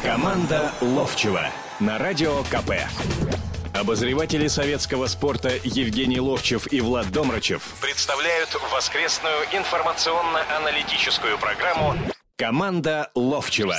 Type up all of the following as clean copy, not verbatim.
Команда Ловчева на Радио КП. Обозреватели советского спорта Евгений Ловчев и Влад Домрачев представляют воскресную информационно-аналитическую программу «Команда Ловчева».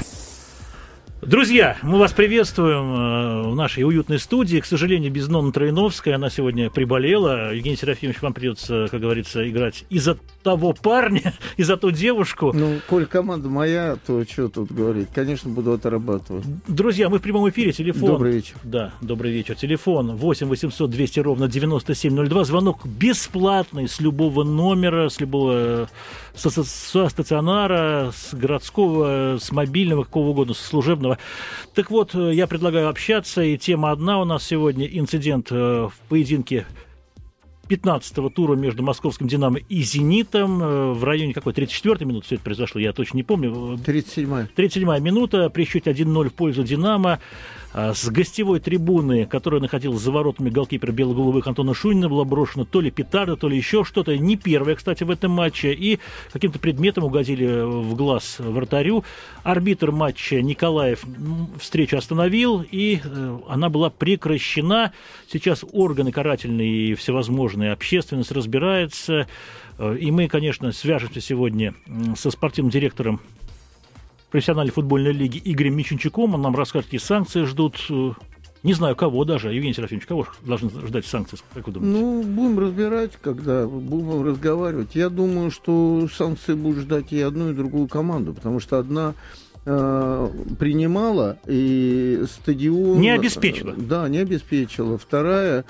Друзья, мы вас приветствуем в нашей уютной студии. К сожалению, без Нонны Троиновской, она сегодня приболела. Евгений Серафимович, вам придется, как говорится, играть и за того парня, и за ту девушку. Ну, коль команда моя, то что тут говорить? Конечно, буду отрабатывать. Друзья, мы в прямом эфире. Телефон. Добрый вечер. Да, добрый вечер. Телефон 8 800 200 ровно 9702. Звонок бесплатный с любого номера, с любого со стационара, с городского, с мобильного, какого угодно, со служебного. Так вот, я предлагаю общаться, и тема одна у нас сегодня. Инцидент в поединке 15-го тура между московским «Динамо» и «Зенитом». В районе какой? 34-й минуты все это произошло, я точно не помню. 37-я минута, при счете 1-0 в пользу «Динамо». С гостевой трибуны, которая находилась за воротами голкипера бело-голубых Антона Шунина, была брошена то ли петарда, то ли еще что-то. Не первая, кстати, в этом матче. И каким-то предметом угодили в глаз вратарю. Арбитр матча Николаев встречу остановил, и она была прекращена. Сейчас органы карательные и всевозможные, общественность разбирается. И мы, конечно, свяжемся сегодня со спортивным директором профессиональной футбольной лиги Игорем Мичунчуком. Он нам расскажет, какие санкции ждут. Не знаю, кого даже. Евгений Серафимович, кого должны ждать санкции, как вы думаете? Ну, будем разбирать, когда будем разговаривать. Я думаю, что санкции будут ждать и одну, и другую команду, потому что одна принимала, и стадион... Не обеспечила. Да, не обеспечила. Вторая...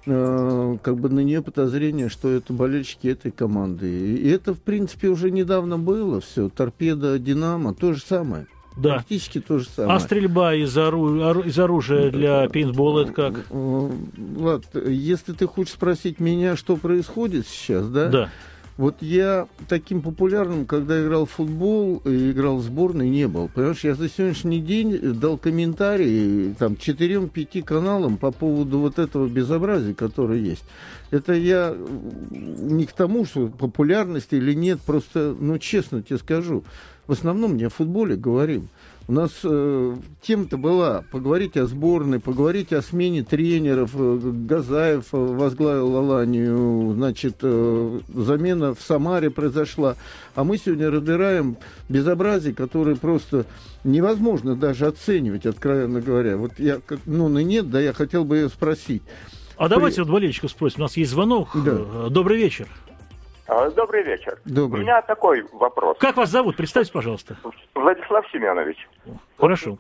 как бы на нее подозрение, что это болельщики этой команды. И это, в принципе, уже недавно было. Все, торпеда «Динамо» то же самое. Да. Практически то же самое. А стрельба из оружия для пейнтбола, это как? Влад, если ты хочешь спросить меня, что происходит сейчас, да? Да. Вот я таким популярным, когда играл в футбол и играл в сборной, не был. Понимаешь, я за сегодняшний день дал комментарии там 4-5 каналам по поводу вот этого безобразия, которое есть. Это я не к тому, что популярность или нет, просто, ну, честно тебе скажу, в основном не о футболе говорим. У нас тема-то была поговорить о сборной, поговорить о смене тренеров. Газаев возглавил Аланию, значит, замена в Самаре произошла. А мы сегодня разбираем безобразие, которое просто невозможно даже оценивать, откровенно говоря. Вот я, нет, да, я хотел бы ее спросить. А давайте вот болельщиков спросим. У нас есть звонок. Да. Добрый вечер. Добрый вечер. Добрый. У меня такой вопрос. Как вас зовут? Представьте, пожалуйста. Владислав Семенович. Хорошо.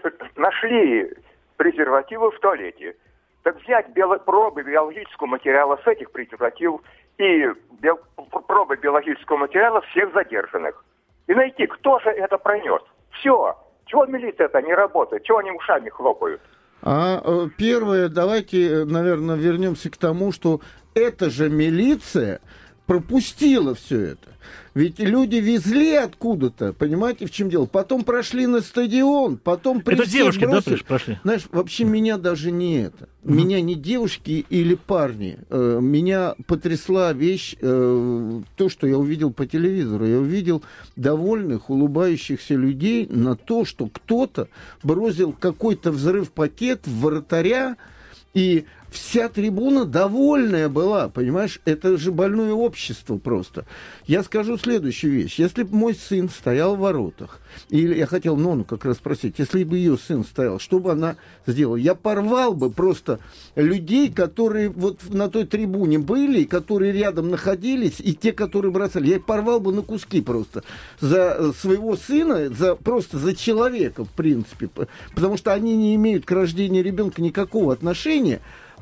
Нашли презервативы в туалете. Так взять пробы биологического материала с этих презервативов и пробы биологического материала всех задержанных. И найти, кто же это пронес. Все. Чего милиция-то не работает? Чего они ушами хлопают? Первое, давайте, наверное, вернемся к тому, что эта же милиция пропустила все это. Ведь люди везли откуда-то, понимаете, в чем дело? Потом прошли на стадион, потом при это девушки, бросили. Да, прошли? Знаешь, вообще меня даже не это. Меня не девушки или парни. Меня потрясла вещь, то, что я увидел по телевизору. Я увидел довольных, улыбающихся людей на то, что кто-то бросил какой-то взрыв-пакет в вратаря, и вся трибуна довольная была, понимаешь? Это же больное общество просто. Я скажу следующую вещь. Если бы мой сын стоял в воротах, или я хотел Нону как раз спросить, если бы ее сын стоял, что бы она сделала? Я порвал бы просто людей, которые вот на той трибуне были, которые рядом находились, и те, которые бросали. Я их порвал бы на куски просто за своего сына, просто за человека, в принципе. Потому что они не имеют к рождению ребенка никакого отношения,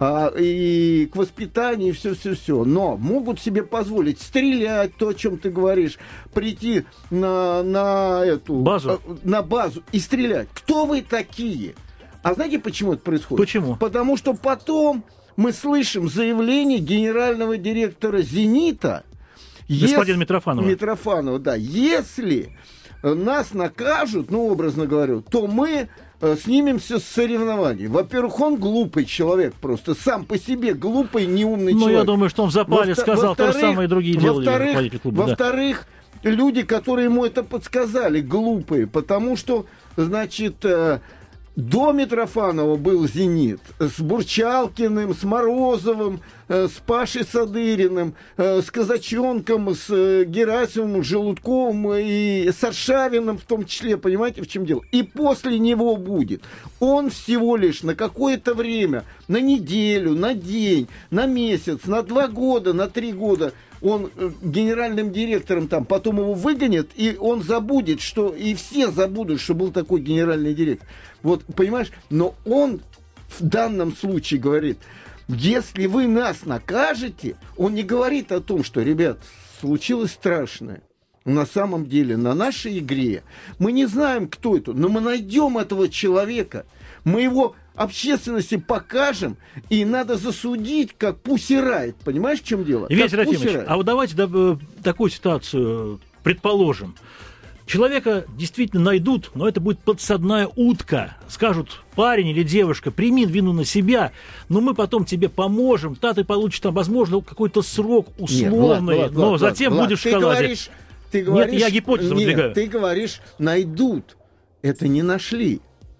и к воспитанию, и все. Но могут себе позволить стрелять, то, о чем ты говоришь, прийти на базу и стрелять. Кто вы такие? А знаете, почему это происходит? Почему? Потому что потом мы слышим заявление генерального директора «Зенита», господина Митрофанова. Митрофанова, да. Если нас накажут, образно говоря, то мы снимемся с соревнований. Во-первых, он глупый человек просто. Сам по себе глупый, неумный человек. Я думаю, что он в запале сказал то же самое, и другие делали. Во-вторых, люди, которые ему это подсказали, глупые, потому что, значит, до Митрофанова был «Зенит» с Бурчалкиным, с Морозовым, с Пашей Садыриным, с Казаченком, с Герасимовым, с Желудковым и с Аршавиным в том числе, понимаете, в чем дело? И после него будет. Он всего лишь на какое-то время, на неделю, на день, на месяц, на 2 года, на 3 года он генеральным директором там, потом его выгонят, и он забудет, что, и все забудут, что был такой генеральный директор. Вот, понимаешь, но он в данном случае говорит, если вы нас накажете, он не говорит о том, что, ребят, случилось страшное. На самом деле, на нашей игре мы не знаем, кто это, но мы найдем этого человека, мы его общественности покажем, и надо засудить, как Pussy Riot. Понимаешь, в чем дело? Евгений Серафимович, а вот давайте такую ситуацию предположим. Человека действительно найдут, но это будет подсадная утка. Скажут, парень или девушка, прими вину на себя, но мы потом тебе поможем, да, ты получишь там, возможно, какой-то срок условный, Влад, но затем будешь в шоколаде. Ты говоришь, нет, я гипотезу выдвигаю. Нет, ты говоришь, найдут. Это не нашли.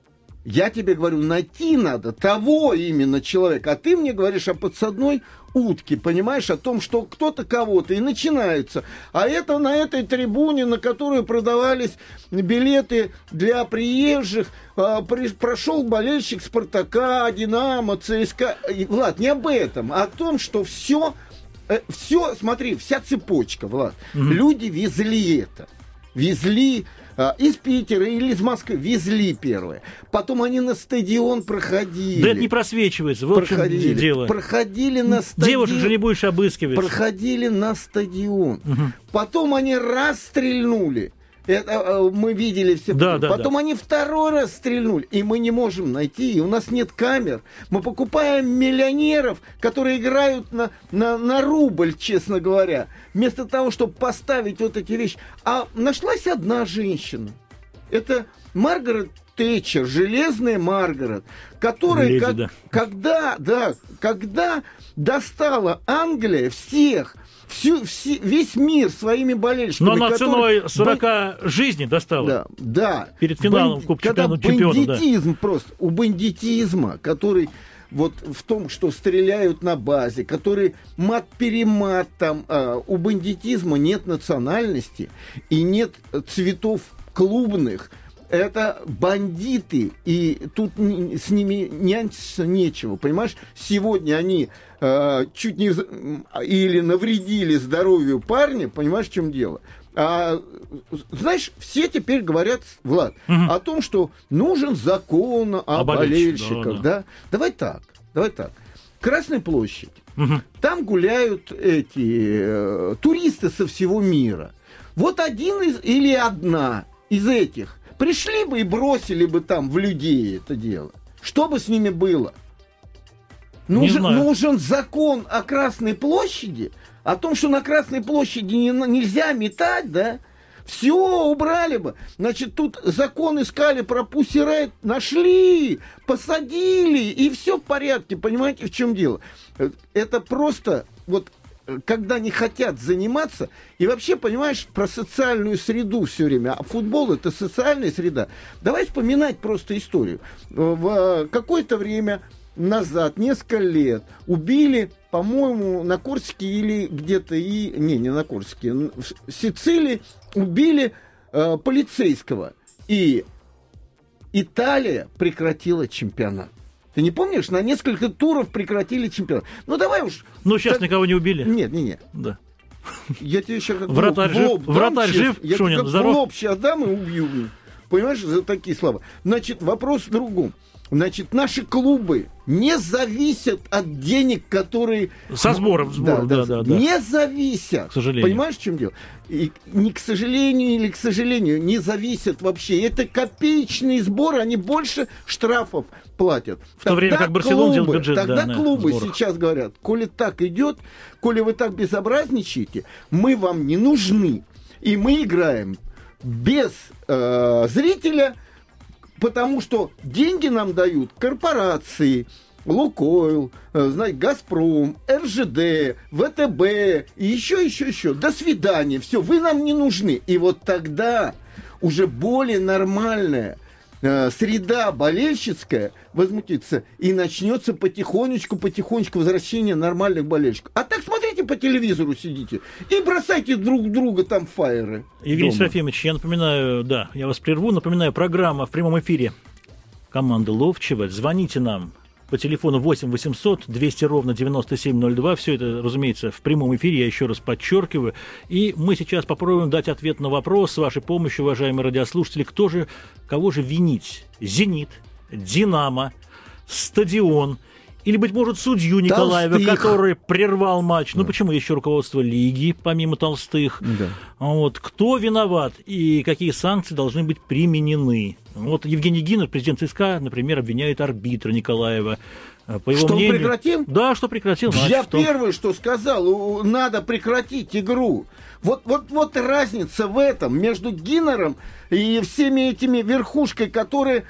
Я тебе говорю, найти надо того именно человека, а ты мне говоришь о подсадной утке, понимаешь, о том, что кто-то кого-то, и начинается. А это на этой трибуне, на которой продавались билеты для приезжих, прошел болельщик Спартака, Динамо, ЦСКА. Влад, не об этом, а о том, что все, смотри, вся цепочка, Влад. Люди везли это. Везли из Питера или из Москвы, везли первое. Потом они на стадион проходили. Да это не просвечивается, вот в чем дело. Проходили на стадион. Девушек же не будешь обыскивать. Проходили на стадион. Потом они раз стрельнули. Это мы видели все. Потом они 2-й раз стрельнули. И мы не можем найти. И у нас нет камер. Мы покупаем миллионеров, которые играют на рубль, честно говоря. Вместо того, чтобы поставить вот эти вещи. А нашлась одна женщина. Это Маргарет Тэтчер, железная Маргарет, которая, когда достала Англия всех, весь мир своими болельщиками. Но она ценой 40 жизней достала. Да. Перед финалом Кубка Чемпионов. Бандитизм просто. У бандитизма, который вот в том, что стреляют на базе, который мат-перемат там, у бандитизма нет национальности и нет цветов клубных. Это бандиты, и тут с ними нянчиться нечего, понимаешь? Сегодня они чуть не или навредили здоровью парня, понимаешь, в чем дело? Знаешь, все теперь говорят, Влад, о том, что нужен закон о болельщиках, да? Давай так. Красная площадь. Там гуляют эти туристы со всего мира. Вот один или одна из этих пришли бы и бросили бы там в людей это дело. Что бы с ними было? Нужен закон о Красной площади, о том, что на Красной площади нельзя метать, да? Все убрали бы. Значит, тут закон искали про Pussy Riot, нашли, посадили, и все в порядке. Понимаете, в чем дело? Это просто вот когда не хотят заниматься, и вообще, понимаешь, про социальную среду все время, а футбол это социальная среда. Давай вспоминать просто историю. В какое-то время назад, несколько лет, убили, по-моему, на Корсике или где-то, не на Корсике, в Сицилии убили полицейского, и Италия прекратила чемпионат. Ты не помнишь? На несколько туров прекратили чемпионат. Ну, давай уж... Ну, сейчас никого не убили. Нет. Да. Я тебе сейчас как вратарь жив, я Шунин, тебе здоров. в лоб сейчас дам и убью. Понимаешь, за такие слова. Значит, вопрос в другом. Значит, наши клубы не зависят от денег, которые... Со сборов, да. Не зависят. К сожалению. Понимаешь, в чем дело? И не к сожалению или к сожалению, не зависят вообще. Это копеечные сборы, они больше штрафов платят. В то время как Барселона делает бюджет. Тогда клубы сейчас говорят, коли так идет, коли вы так безобразничаете, мы вам не нужны. И мы играем без зрителя, потому что деньги нам дают корпорации, Лукойл, знаете, Газпром, РЖД, ВТБ, и еще. До свидания, все, вы нам не нужны. И вот тогда уже более нормальная среда болельщицкая возмутится, и начнется потихонечку возвращение нормальных болельщиков. А так смотрите по телевизору, сидите, и бросайте друг друга там фаеры. Евгений Серафимович, я напоминаю, я вас прерву, напоминаю, программа в прямом эфире команды Ловчева. Звоните нам по телефону 8 800 200 ровно 9702. Все это, разумеется, в прямом эфире, я еще раз подчеркиваю. И мы сейчас попробуем дать ответ на вопрос с вашей помощью, уважаемые радиослушатели. Кого же винить? «Зенит», «Динамо», «Стадион» или, быть может, судью Николаева, который прервал матч. Ну, почему еще руководство лиги, помимо Толстых? Да. Вот. Кто виноват и какие санкции должны быть применены? Вот Евгений Гинер, президент ЦСКА, например, обвиняет арбитра Николаева. По его что мнению, он прекратил? Да, что прекратил матч. Я первое, что сказал, надо прекратить игру. Вот разница в этом между Гиннером и всеми этими верхушкой, которые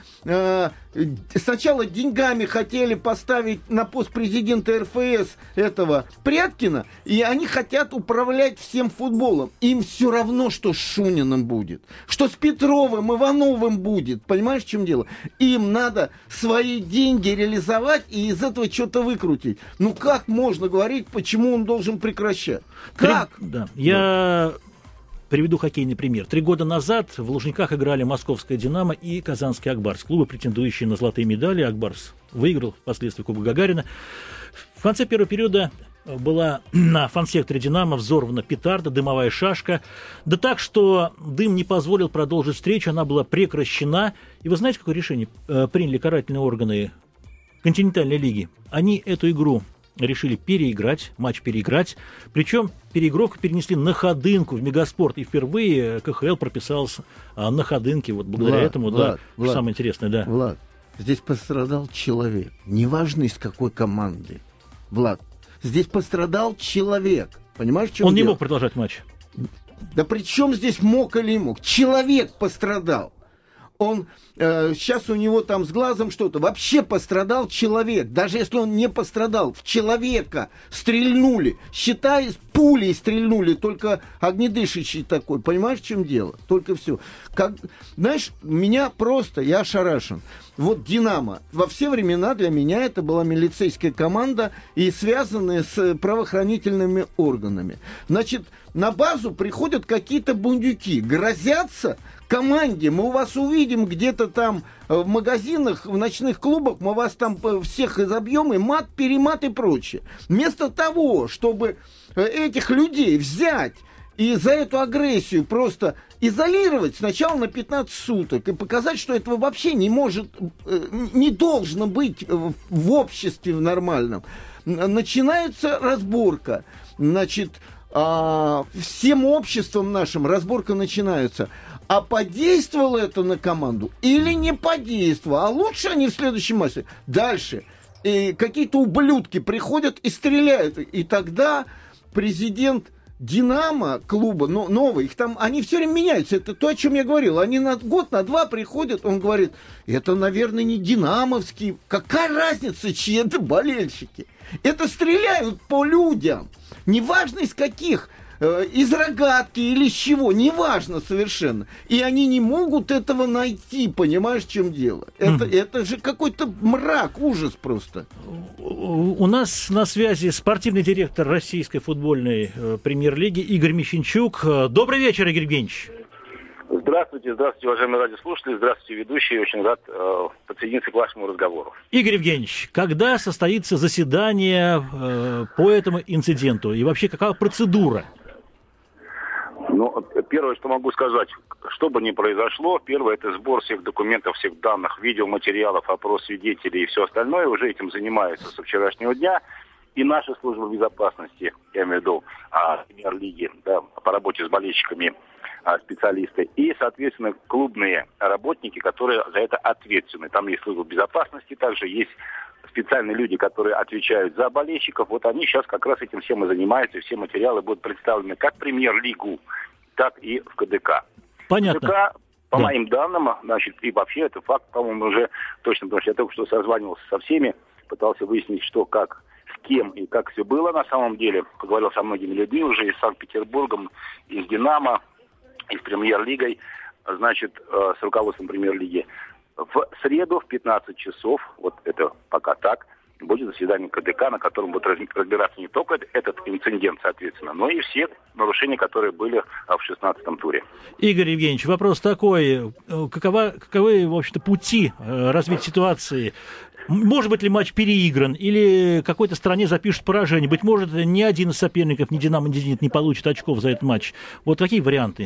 сначала деньгами хотели поставить на пост президента РФС этого Пряткина, и они хотят управлять всем футболом. Им все равно, что с Шуниным будет, что с Петровым, Ивановым будет. Понимаешь, в чем дело? Им надо свои деньги реализовать и из этого что-то выкрутить. Ну как можно говорить, почему он должен прекращать? Как? Я приведу хоккейный пример. 3 года назад в Лужниках играли московская «Динамо» и казанский «Акбарс». Клубы, претендующие на золотые медали. «Акбарс» выиграл впоследствии Кубок Гагарина. В конце первого периода была на фан-секторе «Динамо» взорвана петарда, дымовая шашка. Да так, что дым не позволил продолжить встречу, она была прекращена. И вы знаете, какое решение приняли карательные органы континентальной лиги? Они эту игру решили матч переиграть. Причем переигровку перенесли на Ходынку в Мегаспорт. И впервые КХЛ прописался на Ходынке. Вот благодаря этому, Влад, самое интересное, да. Влад, здесь пострадал человек. Неважно, из какой команды. Влад, здесь пострадал человек. Понимаешь, в чем Он дело? не мог продолжать матч. Да при чем здесь мог или не мог? Человек пострадал. Он сейчас у него там с глазом что-то. Вообще пострадал человек. Даже если он не пострадал, в человека стрельнули. Считай, пулей стрельнули, только огнедышащий такой. Понимаешь, в чем дело? Только все. Знаешь, я ошарашен. Вот «Динамо». Во все времена для меня это была милицейская команда и связанная с правоохранительными органами. Значит, на базу приходят какие-то бундюки, грозятся команде: мы вас увидим где-то там в магазинах, в ночных клубах, мы вас там всех изобьем, и мат, перемат и прочее. Вместо того, чтобы этих людей взять и за эту агрессию просто изолировать сначала на 15 суток и показать, что этого вообще не должно быть в обществе нормальном, начинается разборка. Значит, всем обществом нашим разборка начинается. А подействовало это на команду или не подействовало? А лучше они в следующем матче. Дальше. И какие-то ублюдки приходят и стреляют. И тогда президент «Динамо» клуба, новый, они все время меняются. Это то, о чем я говорил. Они на год, на два приходят, он говорит: это, наверное, не динамовские. Какая разница, чьи это болельщики? Это стреляют по людям. Неважно из каких, из рогатки или из чего, неважно совершенно. И они не могут этого найти, понимаешь, в чем дело? Это же какой-то мрак, ужас просто. У нас на связи спортивный директор российской футбольной премьер-лиги Игорь Мещенчук. Добрый вечер, Игорь Евгеньевич. Здравствуйте, уважаемые радиослушатели, здравствуйте, ведущие. Очень рад подсоединиться к вашему разговору. Игорь Евгеньевич, когда состоится заседание по этому инциденту? И вообще, какая процедура? Первое, что могу сказать, что бы ни произошло, первое — это сбор всех документов, всех данных, видеоматериалов, опрос свидетелей и все остальное. Уже этим занимаются со вчерашнего дня. И наша служба безопасности, я имею в виду премьер-лиги, по работе с болельщиками, специалисты, и, соответственно, клубные работники, которые за это ответственны. Там есть служба безопасности, также есть специальные люди, которые отвечают за болельщиков. Вот они сейчас как раз этим всем и занимаются, и все материалы будут представлены как в премьер-лигу, так и в КДК. Понятно. КДК, по моим данным, и вообще это факт, по-моему, уже точно, потому что я только что созванивался со всеми, пытался выяснить, что, как, с кем и как все было на самом деле. Поговорил со многими людьми уже из Санкт-Петербургом, из «Динамо», из Премьер-лигой, значит, с руководством Премьер-лиги. В среду в 15 часов, вот это пока так, будет заседание КДК, на котором будет разбираться не только этот инцидент, соответственно, но и все нарушения, которые были в 16-м туре. Игорь Евгеньевич, вопрос такой. Каковы, в общем-то, пути развития ситуации? Может быть ли матч переигран, или какой-то стране запишут поражение? Быть может, ни один из соперников, ни «Динамо», ни «Зенит» не получит очков за этот матч. Вот какие варианты?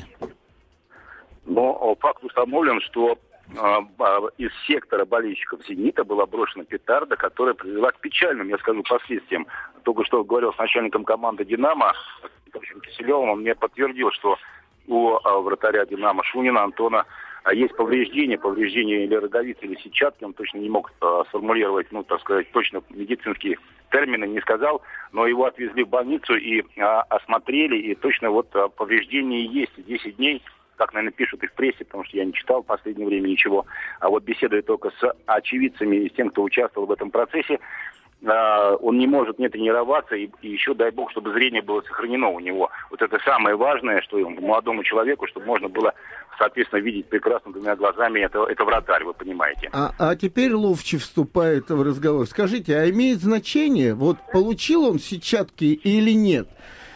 Но факт установлен, что из сектора болельщиков «Зенита» была брошена петарда, которая привела к печальным, я скажу, последствиям. Только что говорил с начальником команды «Динамо», Киселевым, он мне подтвердил, что у вратаря «Динамо» Шунина Антона есть повреждения или роговицы, или сетчатки. Он точно не мог сформулировать, так сказать, точно медицинские термины, не сказал, но его отвезли в больницу и осмотрели, и точно вот повреждения есть. 10 дней, как, наверное, пишут и в прессе, потому что я не читал в последнее время ничего, а вот беседуя только с очевидцами и с тем, кто участвовал в этом процессе, он не может не тренироваться, и еще, дай бог, чтобы зрение было сохранено у него. Вот это самое важное, что молодому человеку, чтобы можно было, соответственно, видеть прекрасно двумя глазами, это вратарь, вы понимаете. А теперь Ловчев вступает в разговор. Скажите, а имеет значение, вот получил он сетчатки или нет?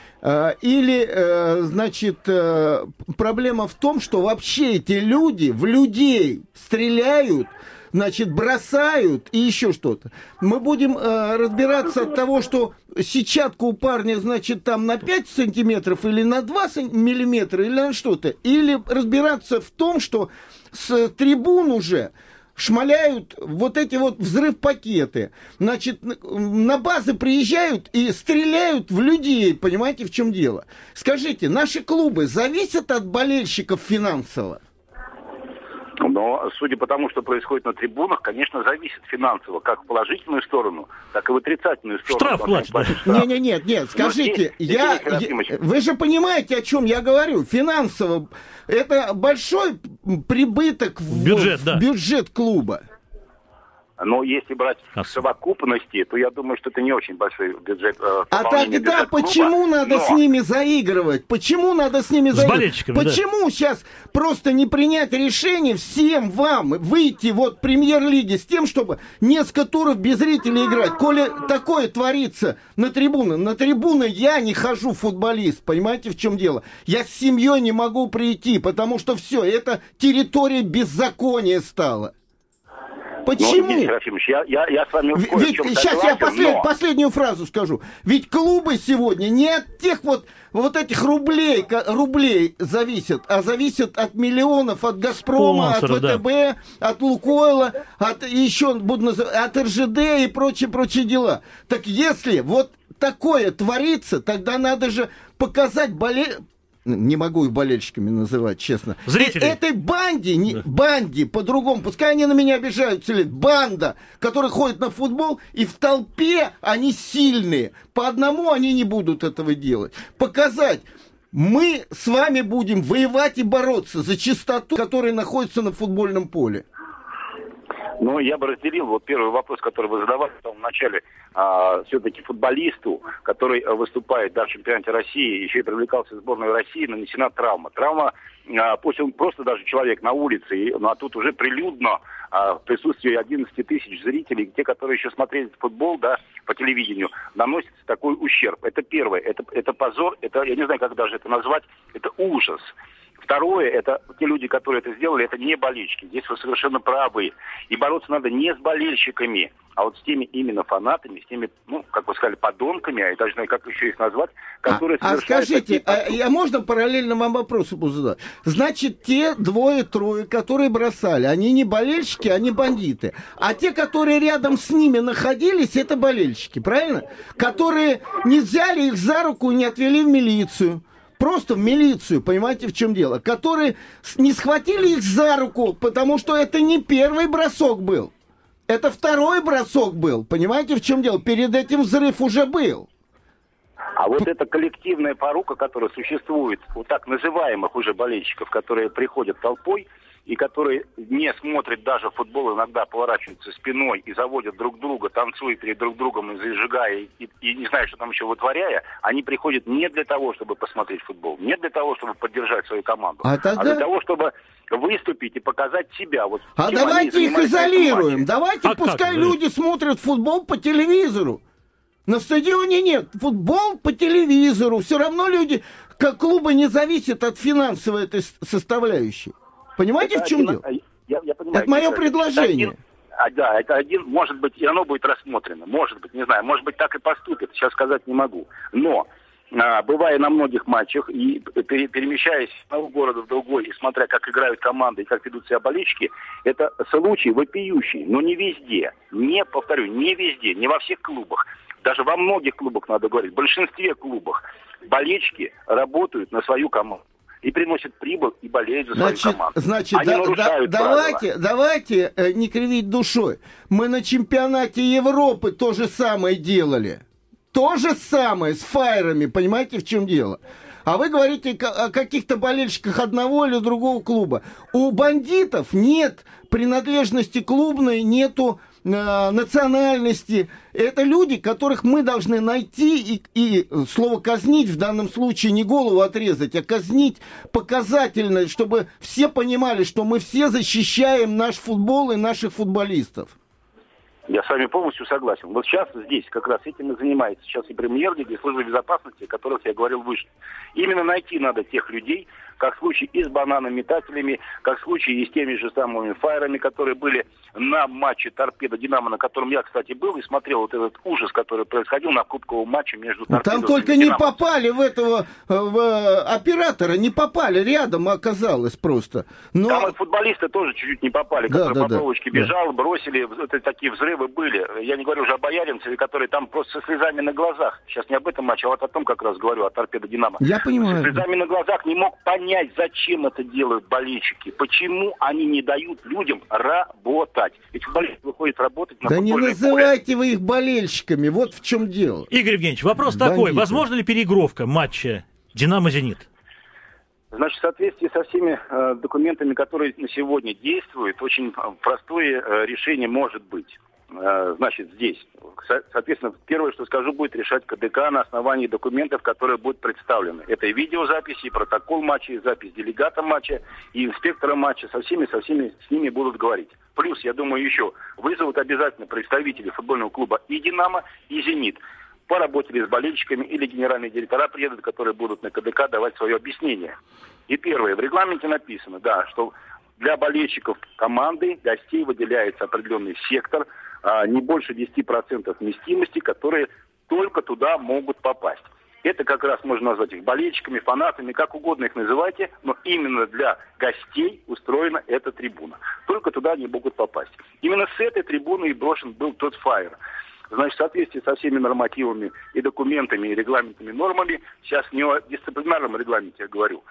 Или, значит, проблема в том, что вообще эти люди в людей стреляют, значит, бросают и еще что-то. Мы будем разбираться от того, что сетчатка у парня, значит, там на 5 сантиметров или на 2 миллиметра или на что-то. Или разбираться в том, что с трибун уже шмаляют вот эти вот взрыв-пакеты. Значит, на базы приезжают и стреляют в людей. Понимаете, в чем дело? Скажите, наши клубы зависят от болельщиков финансово? Но, судя по тому, что происходит на трибунах, конечно, зависит финансово, как в положительную сторону, так и в отрицательную сторону. Штраф платят. Нет, скажите, вы же понимаете, о чем я говорю. Финансово это большой прибыток в бюджет клуба. Но если брать в совокупности, то я думаю, что это не очень большой бюджет. А тогда почему надо с ними заигрывать? Почему надо с ними заигрывать? Почему сейчас просто не принять решение всем вам выйти вот в Премьер-лиге с тем, чтобы несколько туров без зрителей играть? Коли такое творится на трибуны я не хожу, футболист, понимаете, в чем дело? Я с семьей не могу прийти, потому что все, это территория беззакония стала. Почему? Ну, Серафимович, я с вами сейчас я последнюю фразу скажу. Ведь клубы сегодня не от тех вот этих рублей зависят, а зависят от миллионов, от «Газпрома», от ВТБ, от «Лукойла», от РЖД и прочие дела. Так если вот такое творится, тогда надо же показать не могу их болельщиками называть, честно. Зрители. Этой банде по-другому, пускай они на меня обижаются, банда, которая ходит на футбол, и в толпе они сильные. По одному они не будут этого делать. Показать, мы с вами будем воевать и бороться за чистоту, которая находится на футбольном поле. Ну, я бы разделил вот первый вопрос, который вы задавали в самом начале. Все-таки футболисту, который выступает в чемпионате России, еще и привлекался в сборную России, нанесена травма. Пусть он просто даже человек на улице, а тут уже прилюдно в присутствии 11 тысяч зрителей, те, которые еще смотрели футбол, по телевидению, наносится такой ущерб. Это первое, это позор, это, я не знаю, как даже это назвать, это ужас. Второе, это те люди, которые это сделали, это не болельщики. Здесь вы совершенно правы. И бороться надо не с болельщиками, а вот с теми именно фанатами, с теми, как вы сказали, подонками, я даже не знаю, как еще их назвать, которые совершают... Скажите, можно параллельно вам вопросы задать? Значит, те двое-трое, которые бросали, они не болельщики, они бандиты. А те, которые рядом с ними находились, это болельщики, правильно? Которые не взяли их за руку и не отвели в милицию. Просто в милицию, понимаете, в чем дело? Которые не схватили их за руку, потому что это не первый бросок был. Это второй бросок был. Понимаете, в чем дело? Перед этим взрыв уже был. А вот эта коллективная порука, которая существует у так называемых уже болельщиков, которые приходят толпой, и которые не смотрят даже футбол, иногда поворачиваются спиной и заводят друг друга, танцуют перед друг другом и зажигая, и не знаю, что там еще вытворяя, они приходят не для того, чтобы посмотреть футбол, не для того, чтобы поддержать свою команду, а для того, чтобы выступить и показать себя. Вот давайте их изолируем. Давайте пускай люди смотрят футбол по телевизору. На стадионе нет. Футбол по телевизору. Все равно люди, как клубы, не зависят от финансовой этой составляющей. Понимаете, в чем дело? Я понимаю, это мое предложение. Это один, может быть, и оно будет рассмотрено. Может быть, не знаю, может быть, так и поступит. Сейчас сказать не могу. Но бывая на многих матчах и перемещаясь с одного города в другой, и смотря, как играют команды и как ведут себя болельщики, это случай вопиющий, но не везде. Не, повторю, не везде, не во всех клубах. Даже во многих клубах, надо говорить, в большинстве клубах болельщики работают на свою команду и приносят прибыль и болеют за свою команду. Значит, давайте не кривить душой. Мы на чемпионате Европы то же самое делали. То же самое с файерами, понимаете, в чем дело? А вы говорите о каких-то болельщиках одного или другого клуба. У бандитов нет принадлежности клубной, нету национальности. Это люди, которых мы должны найти и слово «казнить» в данном случае не голову отрезать, а казнить показательно, чтобы все понимали, что мы все защищаем наш футбол и наших футболистов. Я с вами полностью согласен. Вот сейчас здесь как раз этим и занимается сейчас и Премьер-лига, и Служба безопасности, о которых я говорил выше. Именно найти надо тех людей, как в случае и с бананометателями, как в случае и с теми же самыми файерами, которые были на матче «Торпедо-Динамо», на котором я, кстати, был и смотрел вот этот ужас, который происходил на кубковом матче между «Торпедо» там только не попали в этого оператора, не попали, рядом оказалось просто. Но... Там и футболисты тоже чуть-чуть не попали, которые по проволочке бежали, бросили, это такие взрывы были. Я не говорю уже о Бояринцеве, которые там просто со слезами на глазах. Сейчас не об этом матче, а вот о том как раз говорю, о «Торпедо-Динамо». Я понимаю. Со слезами на глазах не мог понять, зачем это делают болельщики, почему они не дают людям работать. Ведь футболисты выходят работать на футбольное поле. Да не называйте вы их болельщиками, вот в чем дело. Игорь Евгеньевич, вопрос такой, возможно ли переигровка матча «Динамо-Зенит»? Значит, в соответствии со всеми документами, которые на сегодня действуют, очень простое решение может быть. Значит, здесь, соответственно, первое, что скажу, будет решать КДК на основании документов, которые будут представлены. Это и видеозаписи, и протокол матча, и запись делегата матча, и инспектора матча. Со всеми с ними будут говорить. Плюс, я думаю, еще вызовут обязательно представителей футбольного клуба и «Динамо», и «Зенит». Поработали с болельщиками или генеральные директора приедут, которые будут на КДК давать свое объяснение. И первое, в регламенте написано, да, что для болельщиков команды, гостей выделяется определенный сектор, не больше 10% вместимости, которые только туда могут попасть. Это как раз можно назвать их болельщиками, фанатами, как угодно их называйте, но именно для гостей устроена эта трибуна. Только туда они могут попасть. Именно с этой трибуны и брошен был тот фаер. Значит, в соответствии со всеми нормативами и документами, и регламентами, нормами, сейчас не о дисциплинарном регламенте я говорю,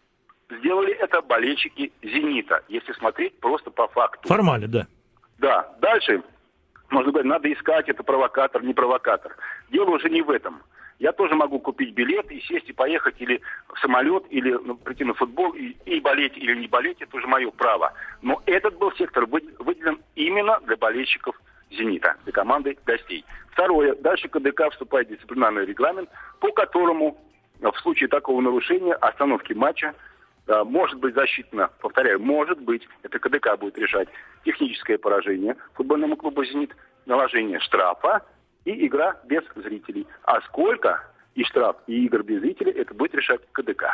сделали это болельщики «Зенита», если смотреть просто по факту. Формально, да. Да. Дальше, можно говорить, надо искать, это провокатор, не провокатор. Дело уже не в этом. Я тоже могу купить билет и сесть и поехать или в самолет, или прийти на футбол, и болеть или не болеть, это уже мое право. Но этот был сектор выделен именно для болельщиков «Зенита», для команды гостей. Второе. Дальше КДК вступает в дисциплинарный регламент, по которому в случае такого нарушения остановки матча может быть засчитано, повторяю, может быть, это КДК будет решать, техническое поражение футбольному клубу «Зенит», наложение штрафа и игра без зрителей. А сколько и штраф, и игр без зрителей, это будет решать КДК.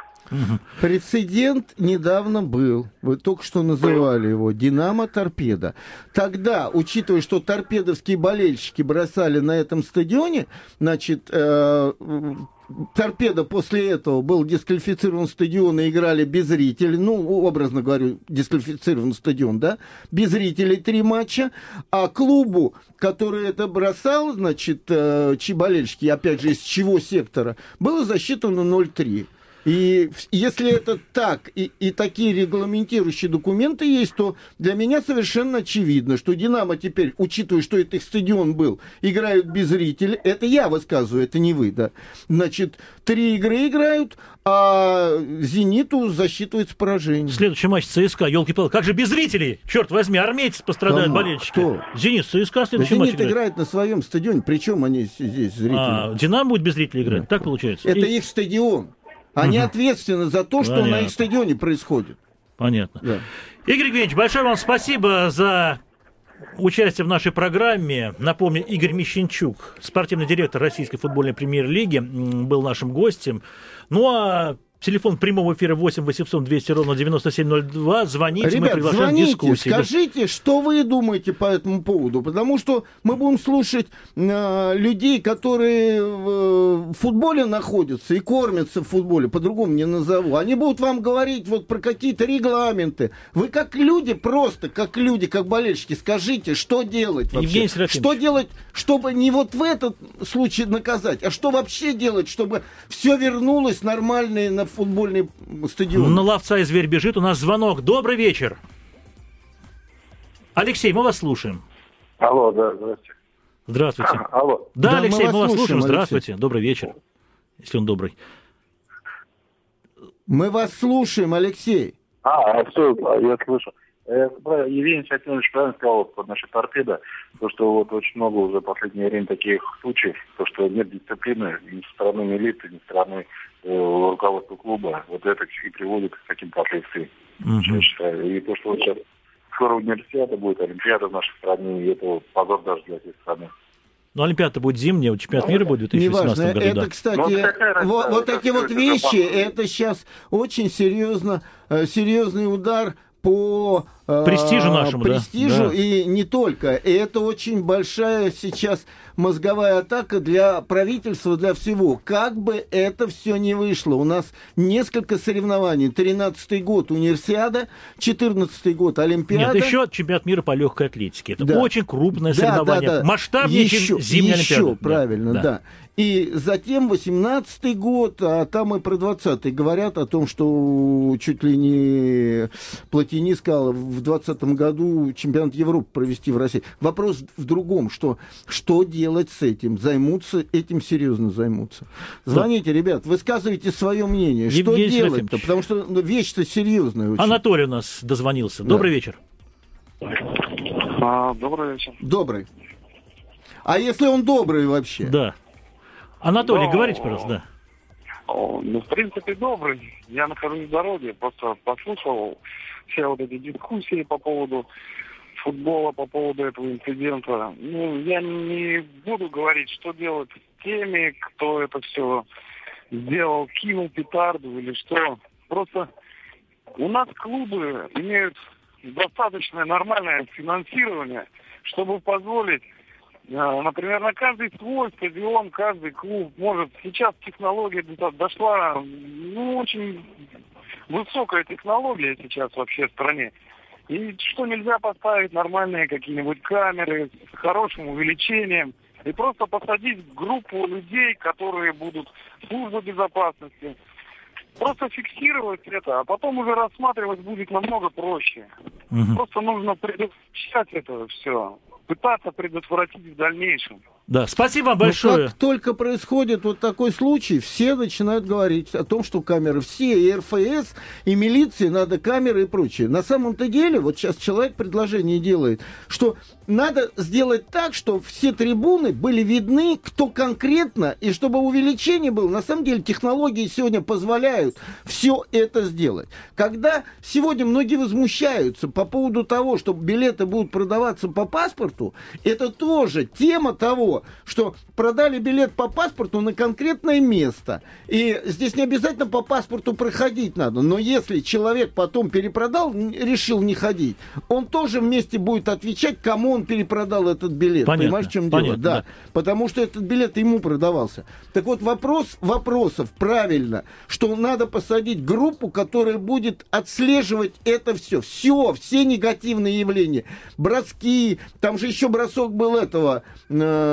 Прецедент недавно был. Вы только что называли его «Динамо-Торпедо». Тогда, учитывая, что торпедовские болельщики бросали на этом стадионе, значит, «Торпедо» после этого был дисквалифицирован стадион и играли без зрителей. Ну, образно говорю, дисквалифицирован стадион, да? Без зрителей 3 матча. А клубу, который это бросал, значит, чьи болельщики, опять же, из чего сектора, было засчитано 0-3. И если это так, и такие регламентирующие документы есть, то для меня совершенно очевидно, что «Динамо» теперь, учитывая, что это их стадион был, играют без зрителей. Это я высказываю, это не вы, да. Значит, 3 игры играют, а «Зениту» засчитывается поражение. Следующий матч ЦСКА, елки-палки. Как же без зрителей? Черт возьми, армейцы пострадают, болельщики. Кто? «Зенит», ЦСКА следующий матч «Зенит» играет на своем стадионе, причем они здесь зрители. «Динамо» будет без зрителей играть, так получается? Это их стадион. Они ответственны за то, что на их стадионе происходит. Понятно. Да. Игорь Евгеньевич, большое вам спасибо за участие в нашей программе. Напомню, Игорь Мещенчук, спортивный директор Российской футбольной премьер-лиги, был нашим гостем. Ну а телефон прямого эфира 8 800 200 ровно 9702. Звоните, ребят, мы приглашаем звоните, дискуссии. скажите, что вы думаете по этому поводу, потому что мы будем слушать людей, которые в футболе находятся и кормятся в футболе, по-другому не назову. Они будут вам говорить вот про какие-то регламенты. Вы как люди, просто как люди, как болельщики, скажите, что делать вообще? Что делать, чтобы не вот в этот случай наказать, а что вообще делать, чтобы все вернулось нормально на футбольный стадион? На ловца и зверь бежит. У нас звонок. Добрый вечер. Алексей, мы вас слушаем. Алло, да, здравствуйте. Здравствуйте. Алло. Да, Алексей, мы вас слушаем. Алексей. Здравствуйте. Добрый вечер. Если он добрый. Мы вас слушаем, Алексей. Все, я слышу. Евгений Сатинович правильно сказал насчет торпеда, то, что вот очень много уже в последнее время таких случаев, то, что нет дисциплины ни со стороны милиции, ни со стороны руководства клуба. Вот это и приводит к таким последствиям, я считаю. И то, что вот сейчас скоро универсиада будет, Олимпиада в нашей стране, и это позор даже для всей страны. Ну, Олимпиада будет зимняя, чемпионат мира будет в 2018 Неважно. году. Это, да. кстати, вот эти вот вещи, это сейчас очень серьезный удар по престижу нашему, престижу, да. И не только. И это очень большая сейчас мозговая атака для правительства, для всего. Как бы это все не вышло. У нас несколько соревнований. 13-й год универсиада, 14-й год Олимпиада. Нет, еще чемпионат мира по легкой атлетике. Это очень крупное соревнование. Да. Масштабнее, чем зимняя Олимпиада. Правильно, да. И затем 18-й год, а там и про 20-й говорят о том, что чуть ли не Платини сказал в 2020 году чемпионат Европы провести в России. Вопрос в другом, что делать с этим? Этим серьезно займутся. Звоните, ребят, высказывайте свое мнение. Евгений что делать-то? Серафимович. Потому что вещь-то серьезная очень. Анатолий у нас дозвонился. Добрый вечер. Добрый вечер. Добрый. А если он добрый вообще? Да. Анатолий, говорите, пожалуйста, да. Ну, в принципе, добрый. Я нахожусь в дороге, просто послушал все вот эти дискуссии по поводу футбола, по поводу этого инцидента. Ну, я не буду говорить, что делать с теми, кто это все сделал, кинул петарду или что. Просто у нас клубы имеют достаточно нормальное финансирование, чтобы позволить, например, на каждый свой стадион, каждый клуб может. Сейчас технология дошла, очень высокая технология сейчас вообще в стране. И что нельзя поставить нормальные какие-нибудь камеры с хорошим увеличением и просто посадить группу людей, которые будут службы безопасности, просто фиксировать это, а потом уже рассматривать будет намного проще. Просто нужно предотвращать это все, пытаться предотвратить в дальнейшем. Да, спасибо вам большое. Как только происходит вот такой случай, все начинают говорить о том, что камеры все, и РФС, и милиции, надо камеры и прочее. На самом-то деле, вот сейчас человек предложение делает, что надо сделать так, что все трибуны были видны, кто конкретно, и чтобы увеличение было. На самом деле технологии сегодня позволяют все это сделать. Когда сегодня многие возмущаются по поводу того, что билеты будут продаваться по паспорту, это тоже тема того, что продали билет по паспорту на конкретное место. И здесь не обязательно по паспорту проходить надо. Но если человек потом перепродал, решил не ходить, он тоже вместе будет отвечать, кому он перепродал этот билет. Понятно, понимаешь, в чем дело? Да. Потому что этот билет ему продавался. Так вот, вопрос вопросов правильно, что надо посадить группу, которая будет отслеживать это все. Все негативные явления. Броски, там же еще бросок был этого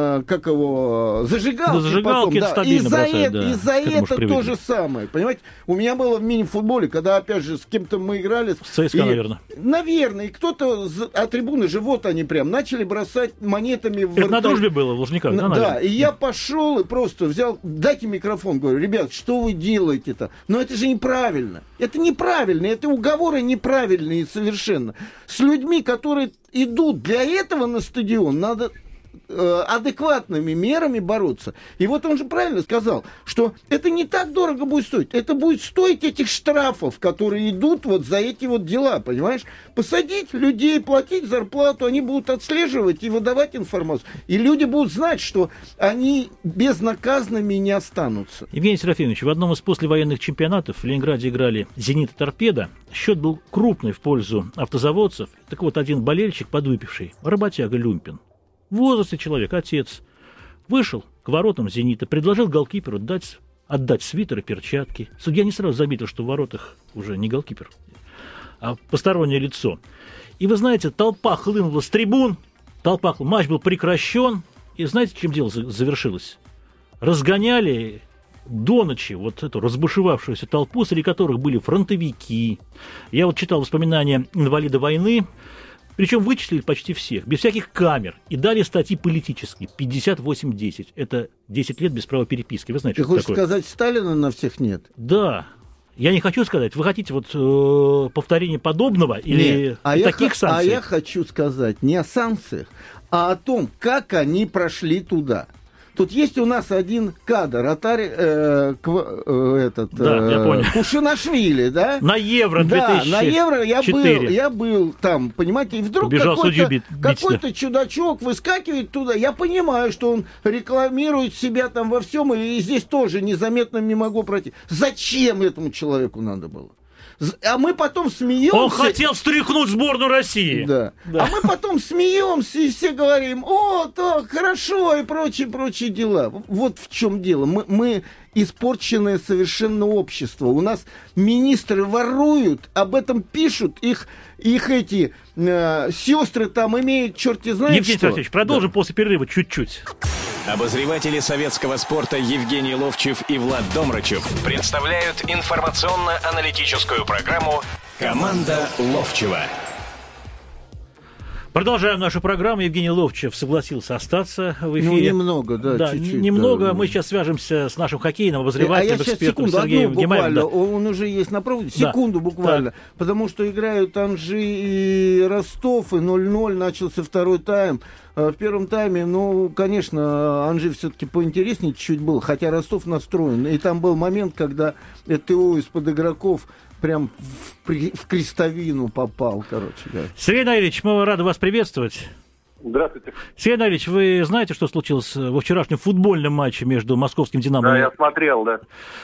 как его, зажигалки. Зажигалки потом, стабильно бросают, да. И за это то же самое. Понимаете, у меня было в мини-футболе, когда, опять же, с кем-то мы играли. С ЦСКА, наверное. Наверное. И кто-то от трибуны же, вот они прям, начали бросать монетами в... Это на Дружбе было, в Лужниках, да? Да, и я пошел и просто взял, дайте микрофон, говорю, ребят, что вы делаете-то? Но это же неправильно. Это неправильно, это уговоры неправильные совершенно. С людьми, которые идут для этого на стадион, надо адекватными мерами бороться. И вот он же правильно сказал, что это не так дорого будет стоить. Это будет стоить этих штрафов, которые идут вот за эти вот дела, понимаешь? Посадить людей, платить зарплату, они будут отслеживать и выдавать информацию. И люди будут знать, что они безнаказанными не останутся. Евгений Серафимович, в одном из послевоенных чемпионатов в Ленинграде играли «Зенит» и «Торпедо». Счет был крупный в пользу автозаводцев. Так вот, один болельщик, подвыпивший, работяга Люмпин, в возрасте человек, отец, вышел к воротам «Зенита», предложил голкиперу отдать свитер и перчатки. Судья не сразу заметил, что в воротах уже не голкипер, а постороннее лицо. И вы знаете, толпа хлынула с трибун, матч был прекращен, и знаете, чем дело завершилось? Разгоняли до ночи вот эту разбушевавшуюся толпу, среди которых были фронтовики. Я вот читал воспоминания инвалида войны, причем вычислили почти всех, без всяких камер, и дали статьи политические, 58-10. Это 10 лет без права переписки. Вы знаете, ты что хочешь такое? Сказать, Сталина на всех нет? Да. Я не хочу сказать. Вы хотите вот повторение подобного или таких санкций? А я хочу сказать не о санкциях, а о том, как они прошли туда. Тут есть у нас один кадр, Кушанашвили, да? На Евро 2004. Да, на Евро я был там, понимаете, и вдруг какой-то чудачок выскакивает туда. Я понимаю, что он рекламирует себя там во всем, и здесь тоже незаметно не могу пройти. Зачем этому человеку надо было? А мы потом смеемся. Он хотел встряхнуть сборную России. Да. А мы потом смеемся и все говорим: о, так, хорошо, и прочие дела. Вот в чем дело. Мы испорченное совершенно общество. У нас министры воруют, об этом пишут, их эти сестры там имеют черти знает Евгений Сергеевич, продолжим после перерыва чуть-чуть. Обозреватели советского спорта Евгений Ловчев и Влад Домрачев представляют информационно-аналитическую программу «Команда Ловчева». Продолжаем нашу программу. Евгений Ловчев согласился остаться в эфире. Ну, немного, да, чуть-чуть. Немного. Да. Мы сейчас свяжемся с нашим хоккейным обозревателем, экспертом секунду, Сергеем Гемаевым. Да. Он уже есть на проводе. Секунду буквально. Так. Потому что играют Анжи и Ростов, и 0-0 начался второй тайм. В первом тайме, конечно, Анжи все-таки поинтереснее чуть-чуть был, хотя Ростов настроен. И там был момент, когда ТО из-под игроков прям в крестовину попал, короче говоря. Сергей Наилевич, мы рады вас приветствовать. Здравствуйте. Сергей Наилевич, вы знаете, что случилось во вчерашнем футбольном матче между московским «Динамо»? Да, я смотрел, да.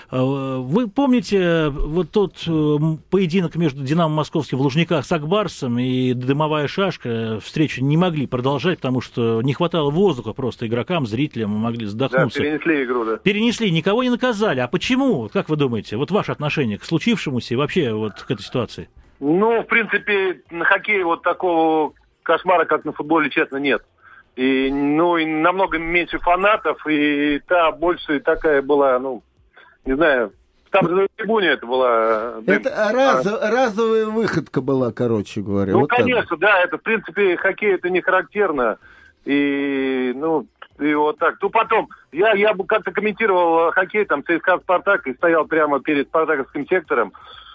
Вы помните вот тот поединок между «Динамо» Московским в Лужниках с Ак-Барсом, и «Дымовая шашка» встречу не могли продолжать, потому что не хватало воздуха просто игрокам, зрителям, могли задохнуться. Да, перенесли игру, да. Перенесли, никого не наказали. А почему? Как вы думаете? Вот ваше отношение к случившемуся и вообще вот к этой ситуации? В принципе, на хоккее вот такого кошмара, как на футболе, честно, нет. И намного меньше фанатов, и больше такая была, не знаю, там же на трибуне это была... Это разовая выходка была, короче говоря. Вот конечно, так. Да, это, в принципе, хоккей это не характерно. И вот так. Потом, я бы как-то комментировал хоккей, там, ЦСКА «Спартак», и стоял прямо перед спартаковским сектором.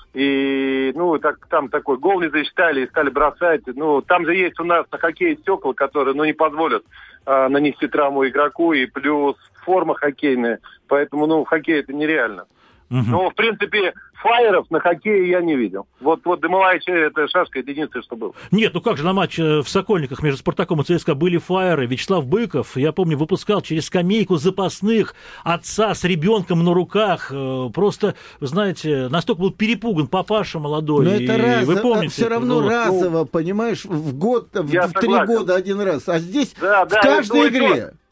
И, там такой гол не засчитали и стали бросать. Там же есть у нас на хоккее стекла, которые, не позволят нанести травму игроку, и плюс форма хоккейная. Поэтому, в хоккее это нереально. Угу. В принципе, фаеров на хоккее я не видел. Вот дымовая шашка, это единственное, что было. Нет, как же на матче в Сокольниках между «Спартаком» и ЦСКА были фаеры. Вячеслав Быков, я помню, выпускал через скамейку запасных отца с ребенком на руках. Просто, знаете, настолько был перепуган папаша молодой. Но это вы помните, все равно разово, понимаешь, в год, в 3 года один раз. А здесь в каждой игре.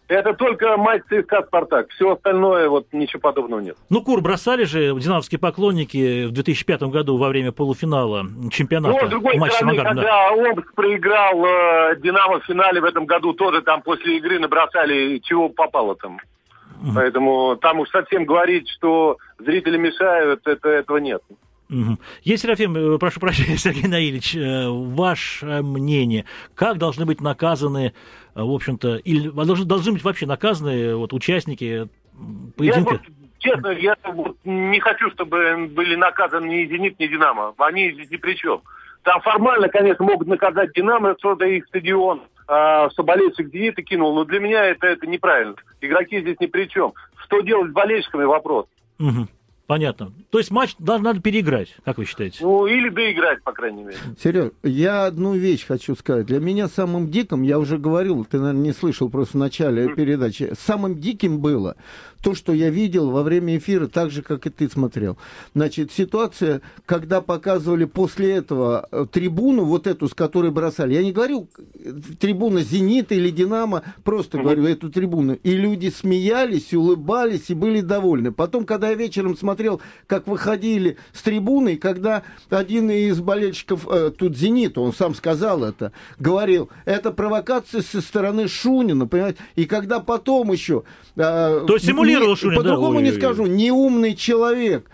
Это только матч ЦСКА-Спартак. Все остальное, вот ничего подобного нет. Ну, кур бросали же динамовские поклонники в 2005 году во время полуфинала чемпионата. Ну, с другой стороны, когда Омск проиграл Динамо в финале в этом году, тоже там после игры набросали, чего попало там. Поэтому там уж совсем говорить, что зрители мешают, этого нет. Есть, Серафим, прошу прощения, Сергей Наилевич, ваше мнение, как должны быть наказаны, в общем-то, или должны быть вообще наказаны вот, участники поединка? Честно, я не хочу, чтобы были наказаны ни «Зенит», ни «Динамо». Они здесь ни при чем. Там формально, конечно, могут наказать «Динамо», что-то их стадион, что болельщик «Зенита» кинул, но для меня это неправильно. Игроки здесь ни при чем. Что делать с болельщиками — вопрос. Понятно. То есть матч надо переиграть, как вы считаете? Ну, или доиграть, по крайней мере. Сереж, я одну вещь хочу сказать. Для меня самым диким, я уже говорил, ты, наверное, не слышал просто в начале передачи, самым диким было то, что я видел во время эфира, так же, как и ты смотрел. Значит, ситуация, когда показывали после этого трибуну, вот эту, с которой бросали. Я не говорю трибуна «Зенита» или «Динамо», просто говорю эту трибуну. И люди смеялись, улыбались и были довольны. Потом, когда я вечером смотрел, как выходили с трибуны, когда один из болельщиков, тут «Зенита», он сам сказал это, говорил, это провокация со стороны Шунина, понимаете? И когда потом еще... То есть симулировал Шунин, по-другому не скажу, неумный человек,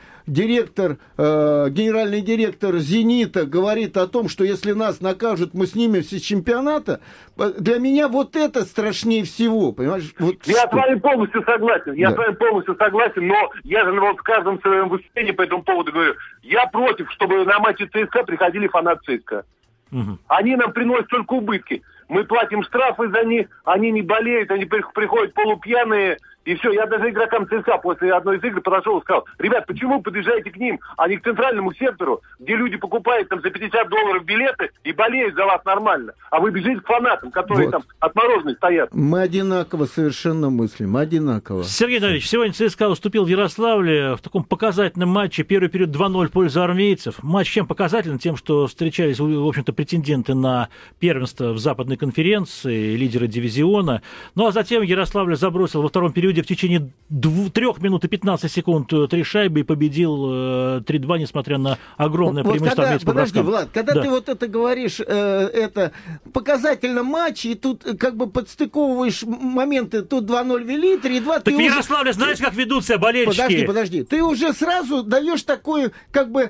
генеральный директор «Зенита» говорит о том, что если нас накажут, мы снимемся с чемпионата. Для меня вот это страшнее всего, понимаешь? Вот я с вами полностью согласен, но я же вот в каждом своем выступлении по этому поводу говорю, я против, чтобы на матчи ЦСКА приходили фанаты ЦСКА. Они нам приносят только убытки. Мы платим штрафы за них, они не болеют, они приходят полупьяные, и все. Я даже игрокам ЦСКА после одной из игр подошел и сказал, ребят, почему вы подъезжаете к ним, а не к центральному сектору, где люди покупают там за $50 билеты и болеют за вас нормально, а вы бежите к фанатам, которые там отмороженные стоят. Мы одинаково совершенно мыслим, одинаково. Сергей Давидович, сегодня ЦСКА уступил в Ярославле в таком показательном матче, первый период 2-0 в пользу армейцев. Матч чем показателен? Тем, что встречались, в общем-то, претенденты на первенство в западной конференции, лидеры дивизиона. Ну а затем Ярославль забросил во втором периоде в течение 3 минут и 15 секунд 3 шайбы и победил 3-2, несмотря на огромное преимущество армейцев по броскам. Подожди, Влад, когда ты вот это говоришь, это показательно матч, и тут как бы подстыковываешь моменты, тут 2-0 вели, 3-2. Так в Ярославле знаете, как ведут себя болельщики? Подожди, ты уже сразу даешь такой, как бы,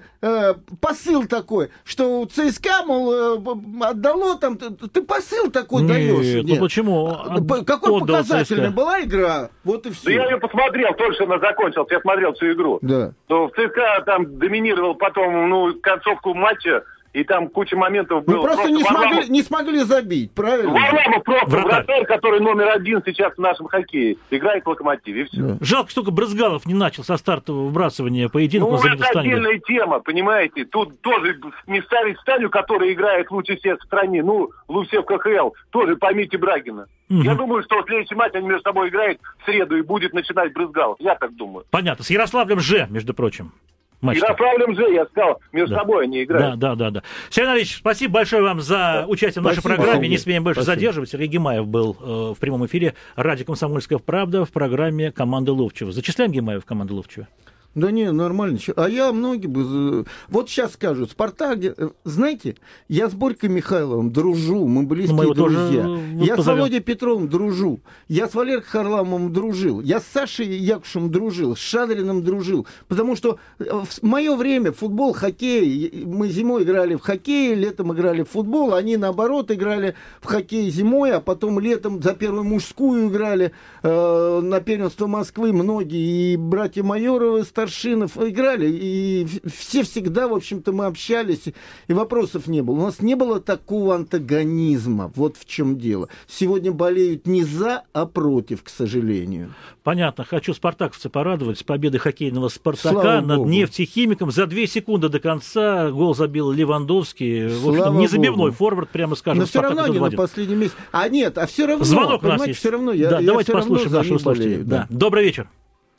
посыл такой, что ЦСКА, мол, отдало там, ты посыл такой даешь. Нет, ну почему? Какой показательная была игра? Вот и все. Да я ее посмотрел, только что она закончилась, я смотрел всю игру. Да. То в ЦСКА там доминировал потом, концовку матча, и там куча моментов было. Ну просто не смогли забить, правильно? Варламов просто вратарь, который номер 1 сейчас в нашем хоккее, играет в «Локомотиве», и все. Да. Жалко, что Брызгалов не начал со стартового выбрасывания поединка. Ну, это отдельная тема, понимаете. Тут тоже не ставить Сталью, который играет лучше всех в стране, лучше в КХЛ, тоже поймите Брагина. Я думаю, что следующий матч они между собой играют в среду и будет начинать Брызгалов. Я так думаю. Понятно. С Ярославлем же, между прочим. Ярославлем же, я сказал, между собой они играют. Да. Сергей Иванович, спасибо большое вам за участие в нашей программе. Не смеем больше задерживать. Сергей Гимаев был в прямом эфире радио «Комсомольская правда» в программе «Команда Ловчева». Зачисляем Гимаева в команду Ловчева? Да не, нормально. А я многие бы... Вот сейчас скажут, «Спартак», знаете, я с Борькой Михайловым дружу, мы близкие друзья. Я с Володей Петровым дружу, я с Валерием Харламовым дружил, я с Сашей Якушем дружил, с Шадриным дружил, потому что в мое время футбол, хоккей, мы зимой играли в хоккей, летом играли в футбол, они наоборот играли в хоккей зимой, а потом летом за первую мужскую играли на первенство Москвы многие, и братья Майоровы, Старшинов играли, и все всегда, в общем-то, мы общались, и вопросов не было. У нас не было такого антагонизма, вот в чем дело. Сегодня болеют не за, а против, к сожалению. Понятно. Хочу спартаковца порадовать с победой хоккейного «Спартака» над «Нефтехимиком». За 2 секунды до конца гол забил Левандовский. В общем, незабивной форвард, прямо скажем. Но все равно не на последнем месте. А нет, а все равно. Звонок у нас есть. Все равно, давайте послушаем нашего слушателя. Добрый вечер.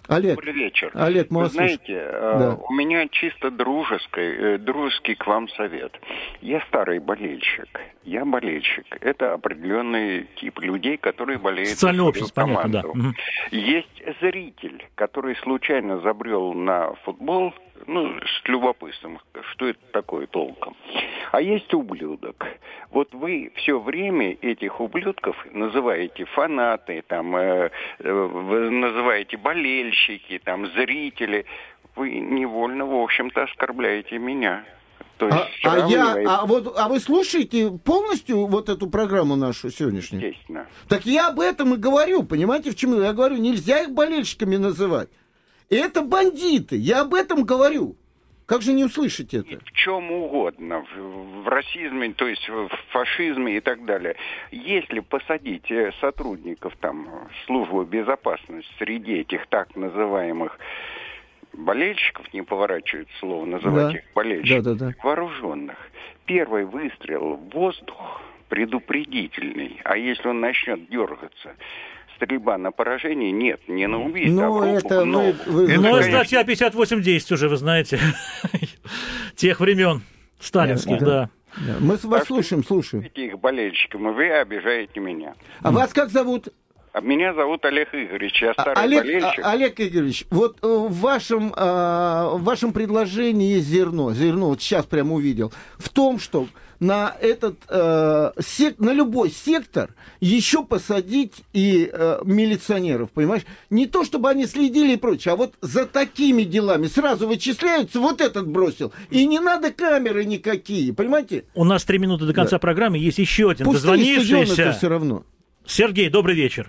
Олег. Добрый вечер. Олег, мы Вы вас слушаем. знаете, у меня чисто дружеский к вам совет. Я старый болельщик. Я болельщик. Это определенный тип людей, которые болеют за свою команду. Понятно, да. Есть зритель, который случайно забрел на футбол, с любопытством, что это такое толком. А есть ублюдок. Вот вы все время этих ублюдков называете фанаты, вы называете болельщики, зрители. Вы невольно, в общем-то, оскорбляете меня. То есть вы слушаете полностью вот эту программу нашу сегодняшнюю? Естественно. Так я об этом и говорю, понимаете, в чем? Я говорю, нельзя их болельщиками называть. Это бандиты, я об этом говорю. Как же не услышать это? В чем угодно, в расизме, то есть в фашизме и так далее. Если посадить сотрудников службы безопасности среди этих так называемых болельщиков, не поворачивают слово называть их болельщиками, вооруженных, первый выстрел в воздух предупредительный, а если он начнет дергаться, стрельба на поражение, нет, не на убийство, это статья 58-10 уже, вы знаете, тех времен сталинских, да. Мы вас слушаем. Этих болельщиков, вы обижаете меня. А вас как зовут? Меня зовут Олег Игоревич, я старый болельщик. Олег Игоревич, вот в вашем предложении есть зерно, вот сейчас прямо увидел, в том, что на на любой сектор еще посадить и милиционеров, понимаешь? Не то, чтобы они следили и прочее, а вот за такими делами сразу вычисляются, вот этот бросил, и не надо камеры никакие, понимаете? У нас 3 минуты до конца программы, есть еще один дозвонившийся. Все равно. Сергей, добрый вечер.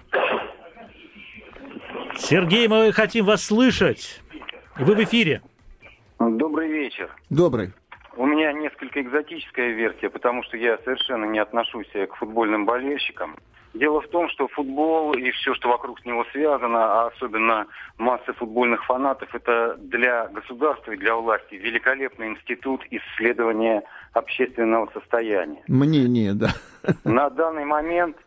Сергей, мы хотим вас слышать. Вы в эфире. Добрый вечер. Добрый. У меня несколько экзотическая версия, потому что я совершенно не отношусь к футбольным болельщикам. Дело в том, что футбол и все, что вокруг с него связано, а особенно масса футбольных фанатов, это для государства и для власти великолепный институт исследования общественного состояния. Мнение, да. На данный момент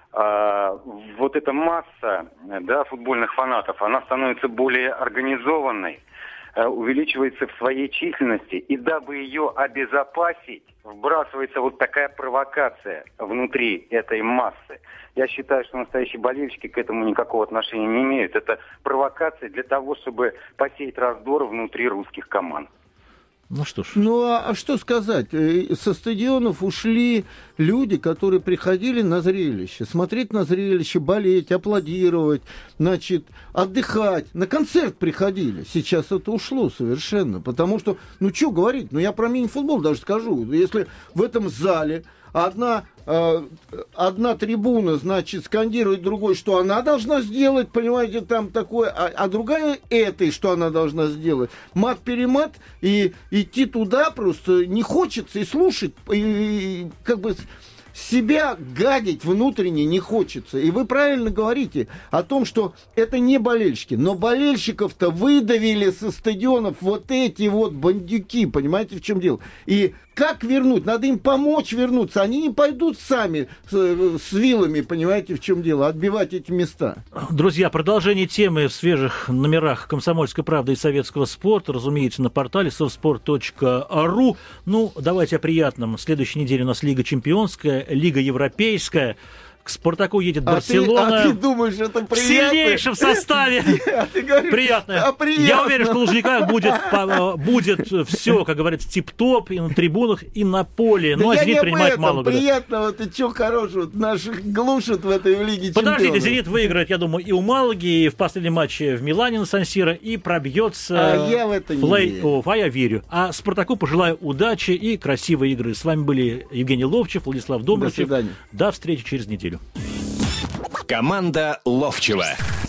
вот эта масса футбольных фанатов, она становится более организованной, увеличивается в своей численности, и дабы ее обезопасить, вбрасывается вот такая провокация внутри этой массы. Я считаю, что настоящие болельщики к этому никакого отношения не имеют. Это провокация для того, чтобы посеять раздор внутри русских команд. Ну что ж. А что сказать? Со стадионов ушли люди, которые приходили на зрелище, смотреть на зрелище, болеть, аплодировать, отдыхать. На концерт приходили. Сейчас это ушло совершенно. Потому что, что говорить? Я про мини-футбол даже скажу. Если в этом зале одна трибуна, скандирует другой, что она должна сделать, понимаете, там такое, а другая этой, что она должна сделать. Мат-перемат, и идти туда просто не хочется, и слушать, и себя гадить внутренне не хочется. И вы правильно говорите о том, что это не болельщики. Но болельщиков-то выдавили со стадионов вот эти вот бандюки. Понимаете, в чем дело? И как вернуть? Надо им помочь вернуться. Они не пойдут сами с вилами, понимаете, в чем дело, отбивать эти места. Друзья, продолжение темы в свежих номерах «Комсомольской правды» и «Советского спорта», разумеется, на портале совспорт.ру. Давайте о приятном. Следующей неделе у нас Лига Чемпионская, Лига Европейская. К «Спартаку» едет Барселона. А ты думаешь, это приятно? В сильнейшем составе. Приятно. Я уверен, что в Лужниках будет все, как говорится, тип-топ и на трибунах, и на поле. А «Зенит» принимает мало. Приятного, ты что хорошего, наших глушат в этой Лиге Чемпионов. Подождите, «Зенит» выиграет, я думаю, и у Малаги, и в последнем матче в Милане на Сан-Сиро, и пробьется в плей-офф. А я верю. А «Спартаку» пожелаю удачи и красивой игры. С вами были Евгений Ловчев, Владислав Домрачев. До свидания. До встречи через неделю. Команда Ловчева.